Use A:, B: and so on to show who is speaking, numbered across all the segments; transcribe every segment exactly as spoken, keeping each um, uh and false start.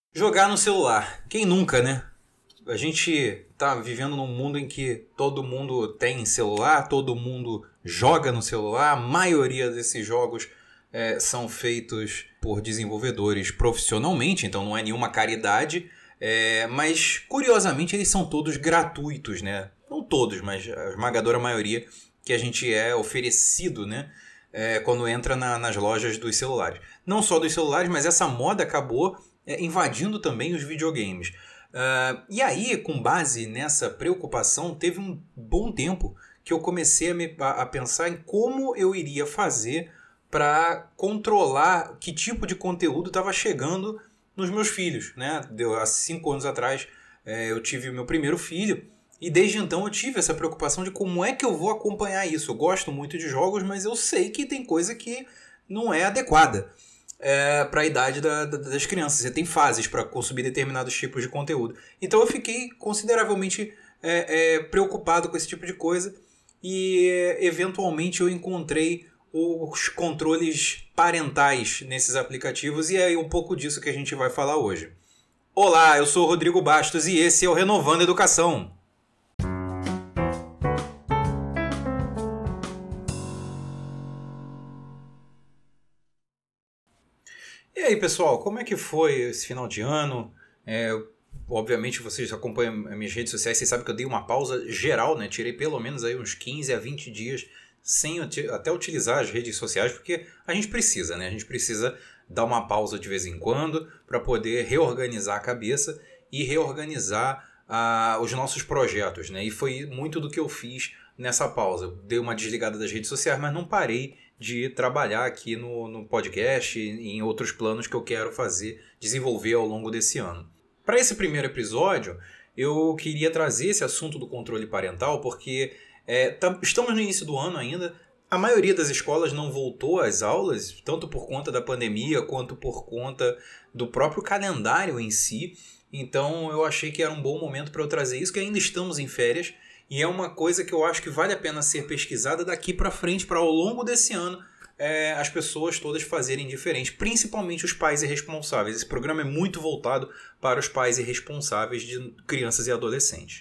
A: Jogar no celular. Quem nunca, né? A gente tá vivendo num mundo em que todo mundo tem celular, todo mundo joga no celular. A maioria desses jogos é, são feitos por desenvolvedores profissionalmente, então não é nenhuma caridade. É, mas, curiosamente, eles são todos gratuitos, né? Não todos, mas a esmagadora maioria que a gente é oferecido, né? É, quando entra na, nas lojas dos celulares. Não só dos celulares, mas essa moda acabou é, invadindo também os videogames. Uh, e aí, com base nessa preocupação, teve um bom tempo que eu comecei a, me, a, a pensar em como eu iria fazer para controlar que tipo de conteúdo estava chegando nos meus filhos. Né? Deu, há cinco anos atrás é, eu tive o meu primeiro filho e desde então eu tive essa preocupação de como é que eu vou acompanhar isso. Eu gosto muito de jogos, mas eu sei que tem coisa que não é adequada. É, para a idade da, da, das crianças. Você tem fases para consumir determinados tipos de conteúdo. Então eu fiquei consideravelmente é, é, preocupado com esse tipo de coisa e é, eventualmente eu encontrei os controles parentais nesses aplicativos e é um pouco disso que a gente vai falar hoje. Olá, eu sou o Rodrigo Bastos e esse é o Renovando Educação. E aí, pessoal, como é que foi esse final de ano? É, obviamente, vocês acompanham as minhas redes sociais, vocês sabem que eu dei uma pausa geral, né? Tirei pelo menos aí uns quinze a vinte dias sem até utilizar as redes sociais, porque a gente precisa, né? A gente precisa dar uma pausa de vez em quando para poder reorganizar a cabeça e reorganizar ah, os nossos projetos, né? E foi muito do que eu fiz nessa pausa. Dei uma desligada das redes sociais, mas não parei de trabalhar aqui no, no podcast e em outros planos que eu quero fazer, desenvolver ao longo desse ano. Para esse primeiro episódio, eu queria trazer esse assunto do controle parental, porque é, tá, estamos no início do ano ainda, a maioria das escolas não voltou às aulas, tanto por conta da pandemia, quanto por conta do próprio calendário em si. Então eu achei que era um bom momento para eu trazer isso, que ainda estamos em férias, e é uma coisa que eu acho que vale a pena ser pesquisada daqui para frente, para ao longo desse ano é, as pessoas todas fazerem diferente, principalmente os pais irresponsáveis. Esse programa é muito voltado para os pais irresponsáveis de crianças e adolescentes.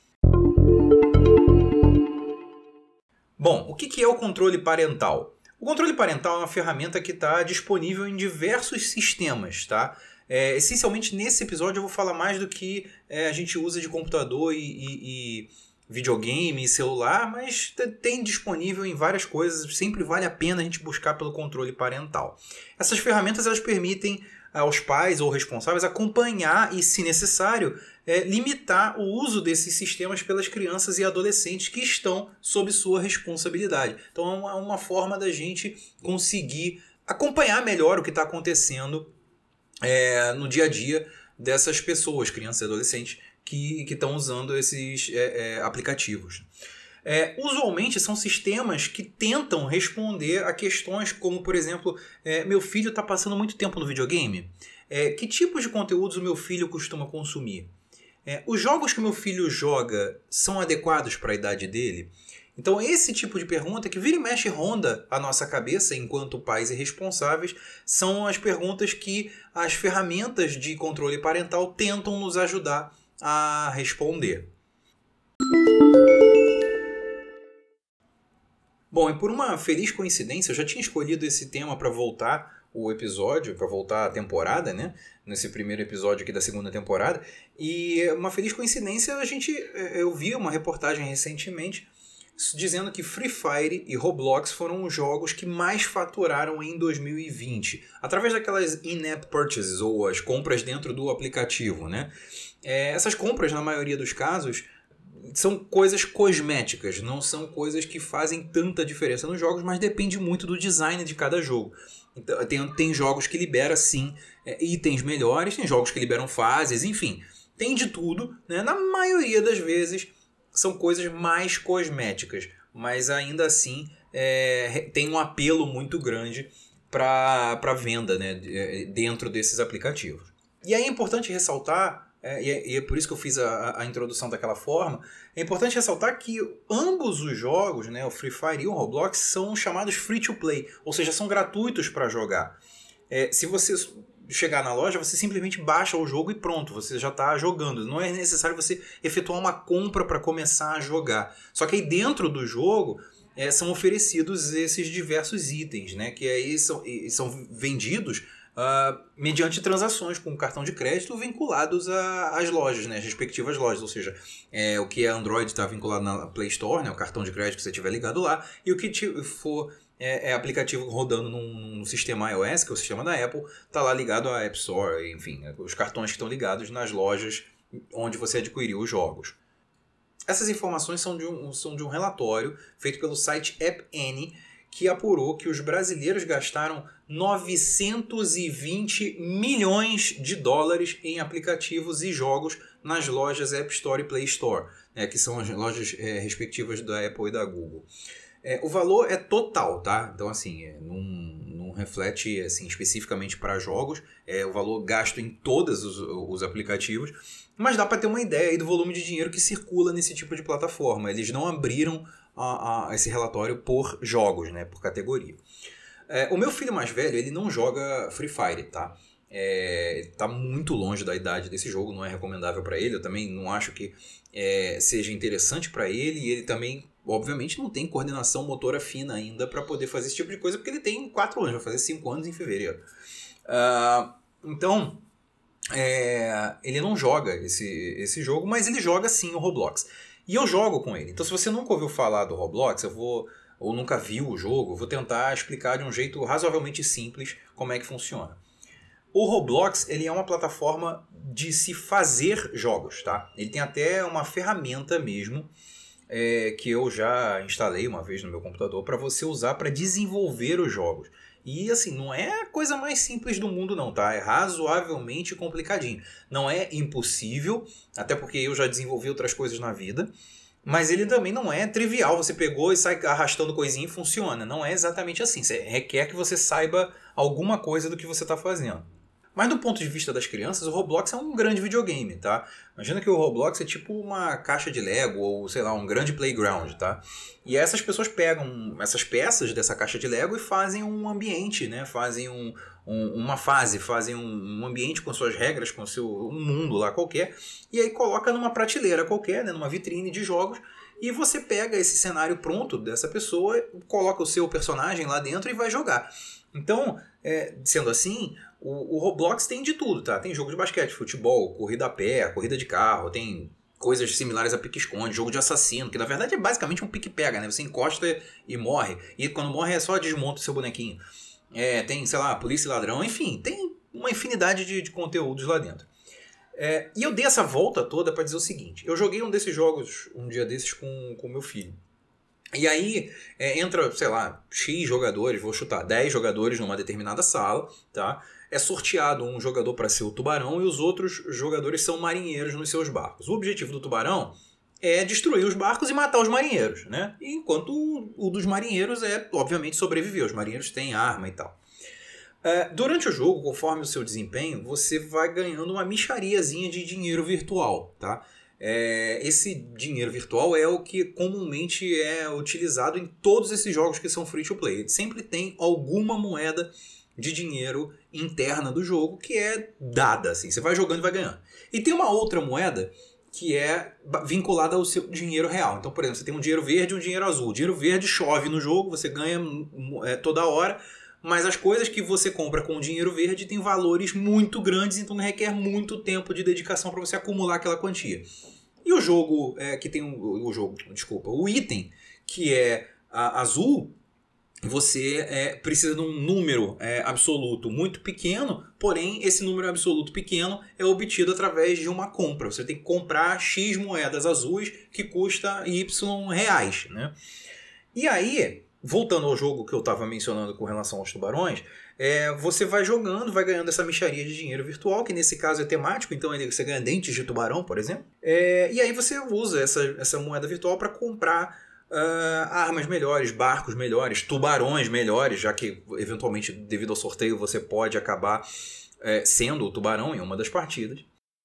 A: Bom, o que é o controle parental? O controle parental é uma ferramenta que está disponível em diversos sistemas, tá? É, essencialmente nesse episódio eu vou falar mais do que é, a gente usa de computador e, e, e videogame e celular, mas tem disponível em várias coisas, sempre vale a pena a gente buscar pelo controle parental. Essas ferramentas elas permitem aos pais ou responsáveis acompanhar e, se necessário, é, limitar o uso desses sistemas pelas crianças e adolescentes que estão sob sua responsabilidade. Então é uma, uma forma da gente conseguir acompanhar melhor o que está acontecendo é, no dia a dia dessas pessoas, crianças e adolescentes, que estão usando esses é, é, aplicativos. É, usualmente são sistemas que tentam responder a questões como, por exemplo, é, meu filho está passando muito tempo no videogame? É, que tipos de conteúdos o meu filho costuma consumir? É, os jogos que o meu filho joga são adequados para a idade dele? Então esse tipo de pergunta que vira e mexe ronda a nossa cabeça enquanto pais irresponsáveis são as perguntas que as ferramentas de controle parental tentam nos ajudar a responder. Bom, e por uma feliz coincidência, eu já tinha escolhido esse tema para voltar o episódio, para voltar a temporada, né? Nesse primeiro episódio aqui da segunda temporada. E uma feliz coincidência, a gente, eu vi uma reportagem recentemente dizendo que Free Fire e Roblox foram os jogos que mais faturaram em dois mil e vinte, através daquelas in-app purchases, ou as compras dentro do aplicativo, né? É, essas compras, na maioria dos casos, são coisas cosméticas, não são coisas que fazem tanta diferença nos jogos, mas depende muito do design de cada jogo. Então, tem, tem jogos que liberam, sim, é, itens melhores, tem jogos que liberam fases, enfim, tem de tudo, né? Na maioria das vezes são coisas mais cosméticas, mas ainda assim é, tem um apelo muito grande para a venda, né, dentro desses aplicativos. E aí é importante ressaltar, é, e, é, e é por isso que eu fiz a, a introdução daquela forma, é importante ressaltar que ambos os jogos, né, o Free Fire e o Roblox, são chamados free to play, ou seja, são gratuitos para jogar. É, se você chegar na loja, você simplesmente baixa o jogo e pronto, você já está jogando. Não é necessário você efetuar uma compra para começar a jogar. Só que aí dentro do jogo é, são oferecidos esses diversos itens, né? Que aí são, são vendidos uh, mediante transações com cartão de crédito vinculados às lojas, né? As respectivas lojas. Ou seja, é, o que é Android está vinculado na Play Store, né? O cartão de crédito que você tiver ligado lá, e o que for... É, é aplicativo rodando num, num sistema iOS, que é o sistema da Apple, está lá ligado à App Store, enfim, os cartões que estão ligados nas lojas onde você adquiriu os jogos. Essas informações são de um, são de um relatório feito pelo site App Annie, que apurou que os brasileiros gastaram novecentos e vinte milhões de dólares em aplicativos e jogos nas lojas App Store e Play Store, né, que são as lojas é, respectivas da Apple e da Google. É, o valor é total, tá? Então, assim, é, não, não reflete assim, especificamente para jogos, é o valor gasto em todos os, os aplicativos, mas dá para ter uma ideia aí do volume de dinheiro que circula nesse tipo de plataforma. Eles não abriram a, a, esse relatório por jogos, né? Por categoria. É, o meu filho mais velho, ele não joga Free Fire, tá? É, ele tá muito longe da idade desse jogo, não é recomendável para ele. Eu também não acho que é, seja interessante para ele, e ele também, obviamente, não tem coordenação motora fina ainda para poder fazer esse tipo de coisa, porque ele tem quatro anos, vai fazer cinco anos em fevereiro. Uh, então, é, ele não joga esse, esse jogo, mas ele joga sim o Roblox. E eu jogo com ele. Então, se você nunca ouviu falar do Roblox, eu vou, ou nunca viu o jogo, eu vou tentar explicar de um jeito razoavelmente simples como é que funciona. O Roblox, ele é uma plataforma de se fazer jogos, tá? Ele tem até uma ferramenta mesmo, é, que eu já instalei uma vez no meu computador para você usar para desenvolver os jogos. E assim, não é a coisa mais simples do mundo não, tá? É razoavelmente complicadinho. Não é impossível, até porque eu já desenvolvi outras coisas na vida, mas ele também não é trivial. Você pegou e sai arrastando coisinha e funciona. Não é exatamente assim. Você requer que você saiba alguma coisa do que você está fazendo. Mas do ponto de vista das crianças, o Roblox é um grande videogame, tá? Imagina que o Roblox é tipo uma caixa de Lego ou, sei lá, um grande playground, tá? E essas pessoas pegam essas peças dessa caixa de Lego e fazem um ambiente, né? Fazem um, um, uma fase, fazem um, um ambiente com suas regras, com seu um mundo lá qualquer, e aí coloca numa prateleira qualquer, né? Numa vitrine de jogos, e você pega esse cenário pronto dessa pessoa, coloca o seu personagem lá dentro e vai jogar. Então, é, sendo assim, o, o Roblox tem de tudo, tá? Tem jogo de basquete, futebol, corrida a pé, corrida de carro, tem coisas similares a pique-esconde, jogo de assassino, que na verdade é basicamente um pique-pega, né? Você encosta e morre, e quando morre é só desmonta o seu bonequinho. É, tem, sei lá, polícia e ladrão, enfim, tem uma infinidade de, de conteúdos lá dentro. É, e eu dei essa volta toda para dizer o seguinte: eu joguei um desses jogos um dia desses com o meu filho. E aí é, entra, sei lá, X jogadores, vou chutar, dez jogadores numa determinada sala, tá? É sorteado um jogador para ser o tubarão e os outros jogadores são marinheiros nos seus barcos. O objetivo do tubarão é destruir os barcos e matar os marinheiros, né? Enquanto o, o dos marinheiros é, obviamente, sobreviver. Os marinheiros têm arma e tal. É, durante o jogo, conforme o seu desempenho, você vai ganhando uma mixariazinha de dinheiro virtual, tá? É, esse dinheiro virtual é o que comumente é utilizado em todos esses jogos que são free to play. Ele sempre tem alguma moeda de dinheiro interna do jogo que é dada, assim, você vai jogando e vai ganhando. E tem uma outra moeda que é vinculada ao seu dinheiro real. Então, por exemplo, você tem um dinheiro verde e um dinheiro azul. O dinheiro verde chove no jogo, você ganha é, toda hora, mas as coisas que você compra com o dinheiro verde têm valores muito grandes, então requer muito tempo de dedicação para você acumular aquela quantia. E o jogo é, que tem um, o jogo, desculpa, o item que é a, azul, você é, precisa de um número é, absoluto muito pequeno, porém esse número absoluto pequeno é obtido através de uma compra. Você tem que comprar X moedas azuis que custa Y reais, né? E aí, voltando ao jogo que eu estava mencionando com relação aos tubarões, é, você vai jogando, vai ganhando essa mixaria de dinheiro virtual, que nesse caso é temático, então ele, você ganha dentes de tubarão, por exemplo. É, e aí você usa essa, essa moeda virtual para comprar Uh, armas melhores, barcos melhores, tubarões melhores, já que eventualmente devido ao sorteio você pode acabar é, sendo o tubarão em uma das partidas.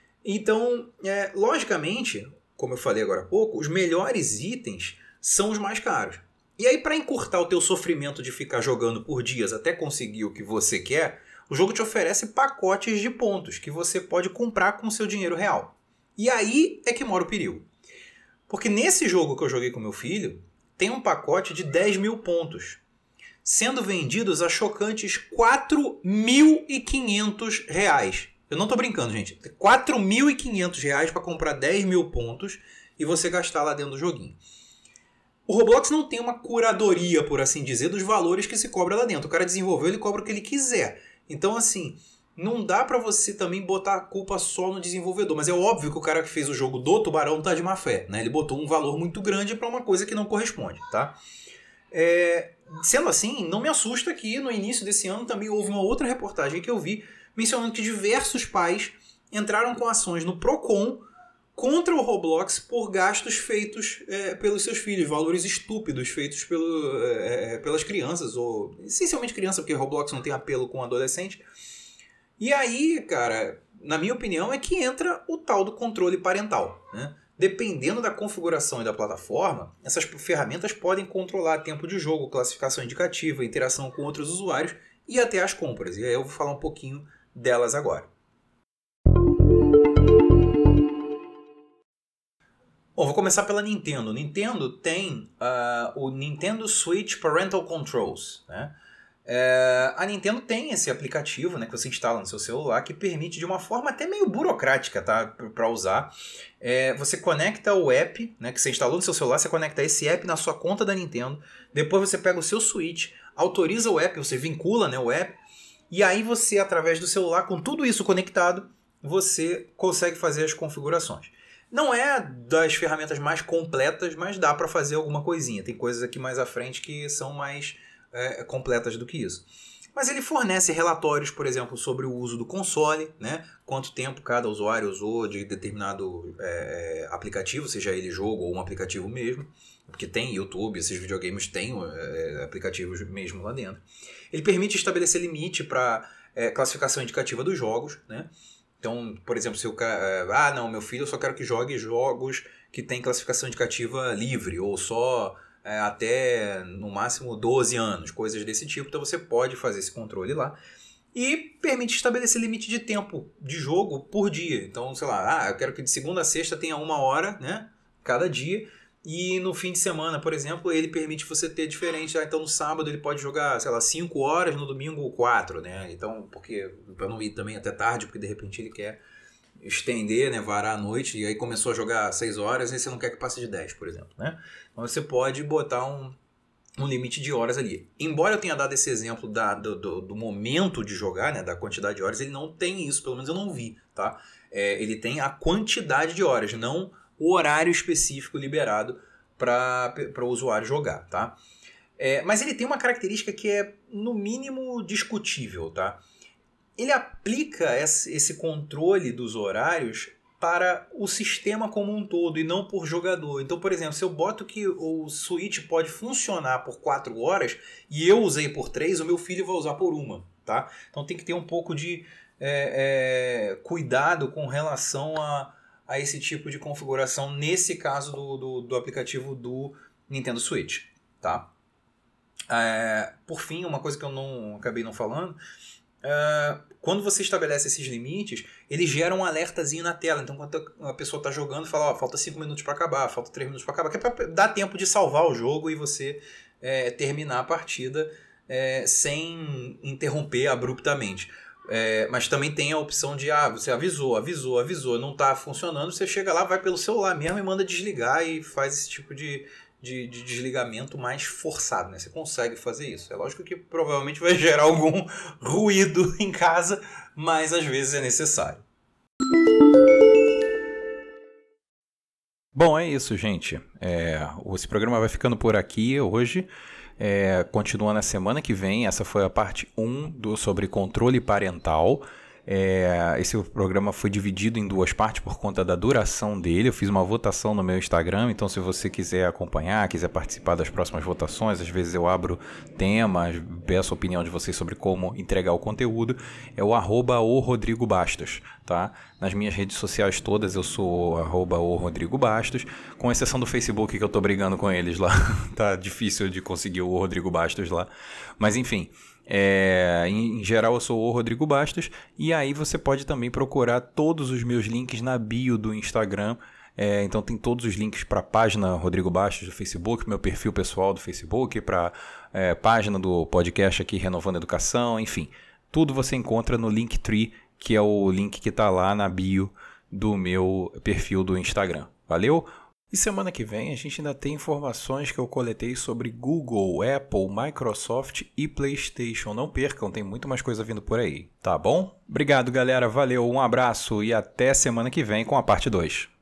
A: Então, é, logicamente, como eu falei agora há pouco, os melhores itens são os mais caros. E aí, para encurtar o teu sofrimento de ficar jogando por dias até conseguir o que você quer, O jogo te oferece pacotes de pontos que você pode comprar com o seu dinheiro real. E aí é que mora o perigo. Porque nesse jogo que eu joguei com meu filho, tem um pacote de dez mil pontos, sendo vendidos a chocantes quatro mil e quinhentos reais. Eu não tô brincando, gente. quatro mil e quinhentos reais para comprar dez mil pontos e você gastar lá dentro do joguinho. O Roblox não tem uma curadoria, por assim dizer, dos valores que se cobra lá dentro. O cara desenvolveu, ele cobra o que ele quiser. Então, assim, não dá pra você também botar a culpa só no desenvolvedor. Mas é óbvio que o cara que fez o jogo do Tubarão tá de má fé, né? Ele botou um valor muito grande pra uma coisa que não corresponde, tá? É... Sendo assim, não me assusta que no início desse ano também houve uma outra reportagem que eu vi mencionando que diversos pais entraram com ações no Procon contra o Roblox por gastos feitos é, pelos seus filhos, valores estúpidos feitos pelo, é, pelas crianças, ou essencialmente criança, porque Roblox não tem apelo com adolescente. E aí, cara, na minha opinião, é que entra o tal do controle parental, né? Dependendo da configuração e da plataforma, essas ferramentas podem controlar tempo de jogo, classificação indicativa, interação com outros usuários e até as compras. E aí eu vou falar um pouquinho delas agora. Bom, vou começar pela Nintendo. Nintendo tem uh, o Nintendo Switch Parental Controls, né? É, a Nintendo tem esse aplicativo, né, que você instala no seu celular que permite de uma forma até meio burocrática, tá, para usar. É, você conecta o app, né, que você instalou no seu celular, você conecta esse app na sua conta da Nintendo. Depois você pega o seu Switch, autoriza o app, você vincula, né, o app. E aí você, através do celular, com tudo isso conectado, você consegue fazer as configurações. Não é das ferramentas mais completas, mas dá para fazer alguma coisinha. Tem coisas aqui mais à frente que são mais é, completas do que isso. Mas ele fornece relatórios, por exemplo, sobre o uso do console, né? Quanto tempo cada usuário usou de determinado é, aplicativo, seja ele jogo ou um aplicativo mesmo. Porque tem YouTube, esses videogames têm é, aplicativos mesmo lá dentro. Ele permite estabelecer limite para é, classificação indicativa dos jogos, né? Então, por exemplo, se o cara... Ah, não, meu filho eu só quero que jogue jogos que tem classificação indicativa livre, ou só é, até, no máximo, doze anos, coisas desse tipo. Então você pode fazer esse controle lá. E permite estabelecer limite de tempo de jogo por dia. Então, sei lá, ah, eu quero que de segunda a sexta tenha uma hora, né, cada dia. E no fim de semana, por exemplo, ele permite você ter diferente. Ah, então no sábado ele pode jogar, sei lá, cinco horas, no domingo quatro, né? Então, porque para não ir também até tarde, porque de repente ele quer estender, né, varar a noite, e aí começou a jogar seis horas, e você não quer que passe de dez, por exemplo, né? Então você pode botar um, um limite de horas ali. Embora eu tenha dado esse exemplo da, do, do, do momento de jogar, né, da quantidade de horas, ele não tem isso, pelo menos eu não vi, tá? É, ele tem a quantidade de horas, não o horário específico liberado para o usuário jogar, tá? É, mas ele tem uma característica que é, no mínimo, discutível, tá? Ele aplica esse controle dos horários para o sistema como um todo e não por jogador. Então, por exemplo, se eu boto que o Switch pode funcionar por quatro horas e eu usei por três, o meu filho vai usar por uma, tá? Então tem que ter um pouco de é, é, cuidado com relação a a esse tipo de configuração, nesse caso do, do, do aplicativo do Nintendo Switch, tá? É, por fim, uma coisa que eu não acabei não falando, é, quando você estabelece esses limites, ele gera um alertazinho na tela. Então, quando a pessoa está jogando, fala, ó, falta cinco minutos para acabar, falta três minutos para acabar, que é para dar tempo de salvar o jogo e você é, terminar a partida é, sem interromper abruptamente. É, mas também tem a opção de, ah, você avisou, avisou, avisou, não está funcionando, você chega lá, vai pelo celular mesmo e manda desligar e faz esse tipo de, de, de desligamento mais forçado, né? Você consegue fazer isso. É lógico que provavelmente vai gerar algum ruído em casa, mas às vezes é necessário. Bom, é isso, gente. É, esse programa vai ficando por aqui hoje. É, continua na semana que vem. Essa foi a parte um do, sobre controle parental. É, esse programa foi dividido em duas partes por conta da duração dele. Eu fiz uma votação no meu Instagram, então se você quiser acompanhar, quiser participar das próximas votações, às vezes eu abro temas, peço a opinião de vocês sobre como entregar o conteúdo, é o arroba o Rodrigo Bastos, tá? Nas minhas redes sociais todas eu sou arroba o Rodrigo Bastos, com exceção do Facebook que eu tô brigando com eles lá, tá difícil de conseguir o Rodrigo Bastos lá, mas enfim...
B: É, em, em geral eu sou o Rodrigo Bastos, e aí você pode também procurar todos os meus links na bio do Instagram. É, então tem todos os links para a página Rodrigo Bastos do Facebook, meu perfil pessoal do Facebook, para é, página do podcast aqui Renovando Educação, enfim. Tudo você encontra no Linktree, que é o link que está lá na bio do meu perfil do Instagram. Valeu? E semana que vem a gente ainda tem informações que eu coletei sobre Google, Apple, Microsoft e PlayStation. Não percam, tem muito mais coisa vindo por aí, tá bom? Obrigado, galera. Valeu, um abraço e até semana que vem com a parte dois.